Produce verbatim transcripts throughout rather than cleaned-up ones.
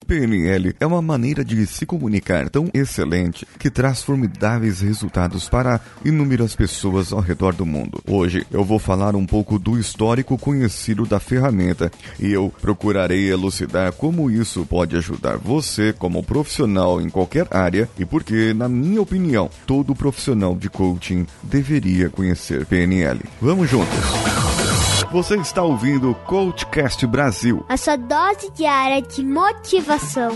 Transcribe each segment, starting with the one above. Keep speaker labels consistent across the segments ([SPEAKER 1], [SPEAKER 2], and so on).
[SPEAKER 1] P N L é uma maneira de se comunicar tão excelente que traz formidáveis resultados para inúmeras pessoas ao redor do mundo. Hoje eu vou falar um pouco do histórico conhecido da ferramenta e eu procurarei elucidar como isso pode ajudar você como profissional em qualquer área e porque, na minha opinião, todo profissional de coaching deveria conhecer P N L. Vamos juntos! Você está ouvindo o Coachcast Brasil,
[SPEAKER 2] a sua dose diária de motivação.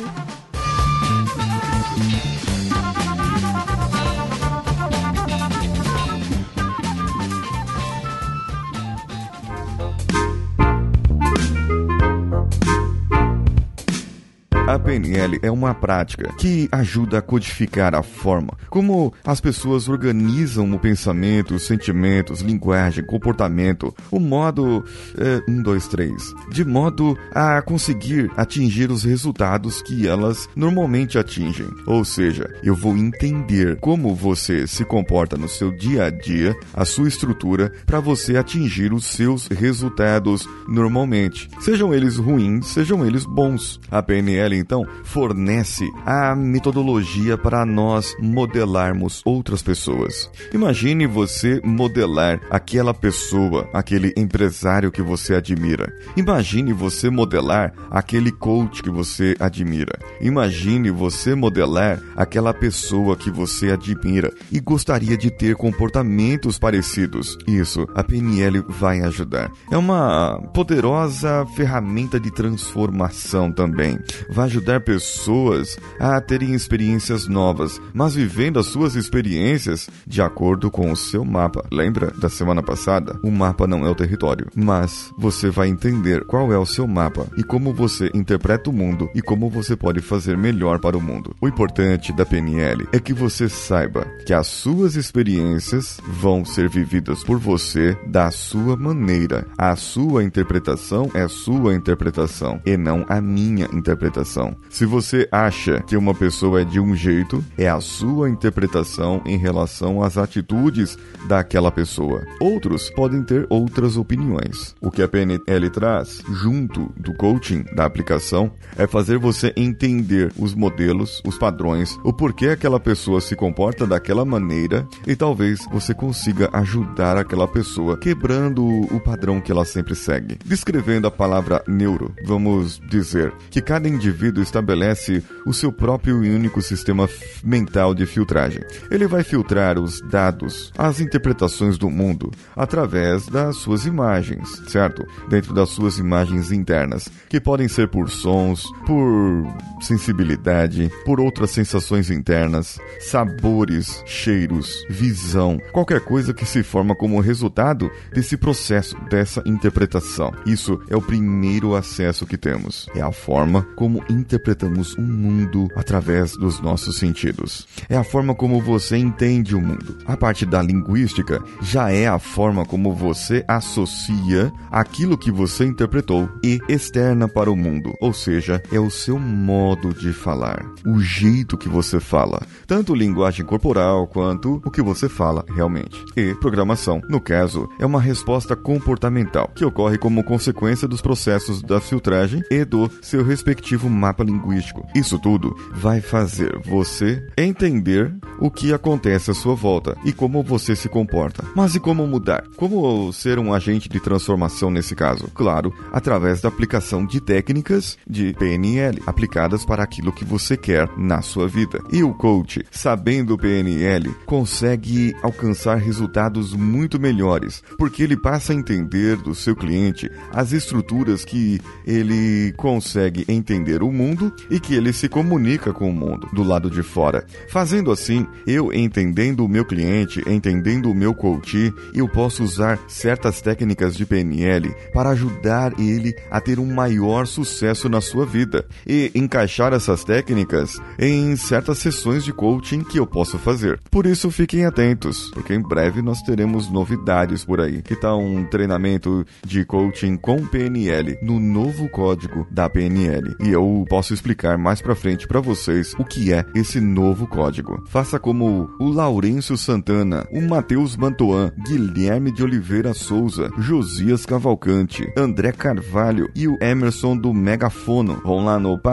[SPEAKER 1] A P N L é uma prática que ajuda a codificar a forma como as pessoas organizam o pensamento, os sentimentos, linguagem, comportamento, o modo é, um, dois, três, de modo a conseguir atingir os resultados que elas normalmente atingem. Ou seja, eu vou entender como você se comporta no seu dia a dia, a sua estrutura, para você atingir os seus resultados normalmente. Sejam eles ruins, sejam eles bons. A P N L então fornece a metodologia para nós modelarmos outras pessoas. Imagine você modelar aquela pessoa, aquele empresário que você admira. Imagine você modelar aquele coach que você admira. Imagine você modelar aquela pessoa que você admira e gostaria de ter comportamentos parecidos. Isso, a P N L vai ajudar. É uma poderosa ferramenta de transformação também. Vai ajudar pessoas a terem experiências novas, mas vivendo as suas experiências de acordo com o seu mapa. Lembra da semana passada? O mapa não é o território, mas você vai entender qual é o seu mapa e como você interpreta o mundo e como você pode fazer melhor para o mundo. O importante da P N L é que você saiba que as suas experiências vão ser vividas por você da sua maneira. A sua interpretação é sua interpretação e não a minha interpretação. Se você acha que uma pessoa é de um jeito, é a sua interpretação em relação às atitudes daquela pessoa. Outros podem ter outras opiniões. O que a P N L traz, junto do coaching, da aplicação, é fazer você entender os modelos, os padrões, o porquê aquela pessoa se comporta daquela maneira e talvez você consiga ajudar aquela pessoa quebrando o padrão que ela sempre segue. Descrevendo a palavra neuro, vamos dizer que cada indivíduo estabelece o seu próprio e único sistema f- mental de filtragem. Ele vai filtrar os dados, as interpretações do mundo, através das suas imagens, certo? Dentro das suas imagens internas, que podem ser por sons, por sensibilidade, por outras sensações internas, sabores, cheiros, visão, qualquer coisa que se forma como resultado desse processo, dessa interpretação. Isso é o primeiro acesso que temos. É a forma como interpretamos o mundo através dos nossos sentidos. É a forma como você entende o mundo. A parte da linguística já é a forma como você associa aquilo que você interpretou e externa para o mundo. Ou seja, é o seu modo de falar, o jeito que você fala, tanto linguagem corporal quanto o que você fala realmente. E programação, no caso, é uma resposta comportamental que ocorre como consequência dos processos da filtragem e do seu respectivo mapa linguístico. Isso tudo vai fazer você entender o que acontece à sua volta e como você se comporta. Mas e como mudar? Como ser um agente de transformação nesse caso? Claro, através da aplicação de técnicas de P N L aplicadas para aquilo que você quer na sua vida. E o coach, sabendo o P N L, consegue alcançar resultados muito melhores, porque ele passa a entender do seu cliente as estruturas que ele consegue entender o mundo e que ele se comunica com o mundo do lado de fora. Fazendo assim, eu entendendo o meu cliente, entendendo o meu coach, eu posso usar certas técnicas de P N L para ajudar ele a ter um maior sucesso na sua vida e encaixar essas técnicas em certas sessões de coaching que eu posso fazer. Por isso, fiquem atentos, porque em breve nós teremos novidades por aí. Que tal um treinamento de coaching com P N L no novo código da P N L? E eu posso explicar mais pra frente pra vocês o que é esse novo código. Faça como o Laurêncio Santana, o Matheus Mantoan, Guilherme de Oliveira Souza, Josias Cavalcante, André Carvalho e o Emerson do Megafono. Vão lá no padrim.com.br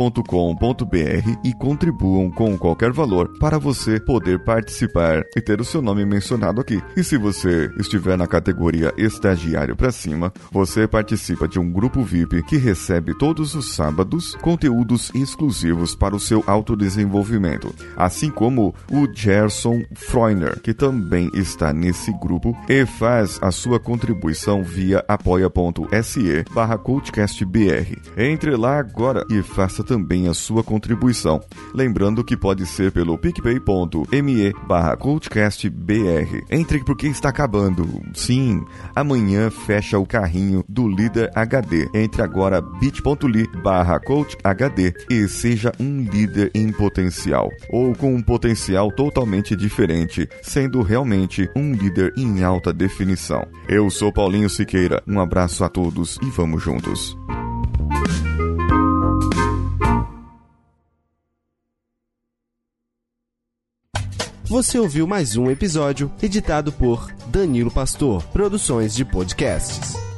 [SPEAKER 1] ponto com ponto b r e contribuam com qualquer valor para você poder participar e ter o seu nome mencionado aqui. E se você estiver na categoria estagiário para cima, você participa de um grupo V I P que recebe todos os sábados conteúdos exclusivos para o seu autodesenvolvimento, assim como o Gerson Freuner, que também está nesse grupo e faz a sua contribuição via apoia.se barra coachcastbr. Entre lá agora e faça também a sua contribuição. Lembrando que pode ser pelo picpay.me barra coachcastbr. Entre porque está acabando. Sim, amanhã fecha o carrinho do Líder H D. Entre agora bit.ly barra coachhd e seja um líder em potencial, ou com um potencial totalmente diferente, sendo realmente um líder em alta definição. Eu sou Paulinho Siqueira, um abraço a todos e vamos juntos.
[SPEAKER 3] Você ouviu mais um episódio editado por Danilo Pastor, Produções de Podcasts.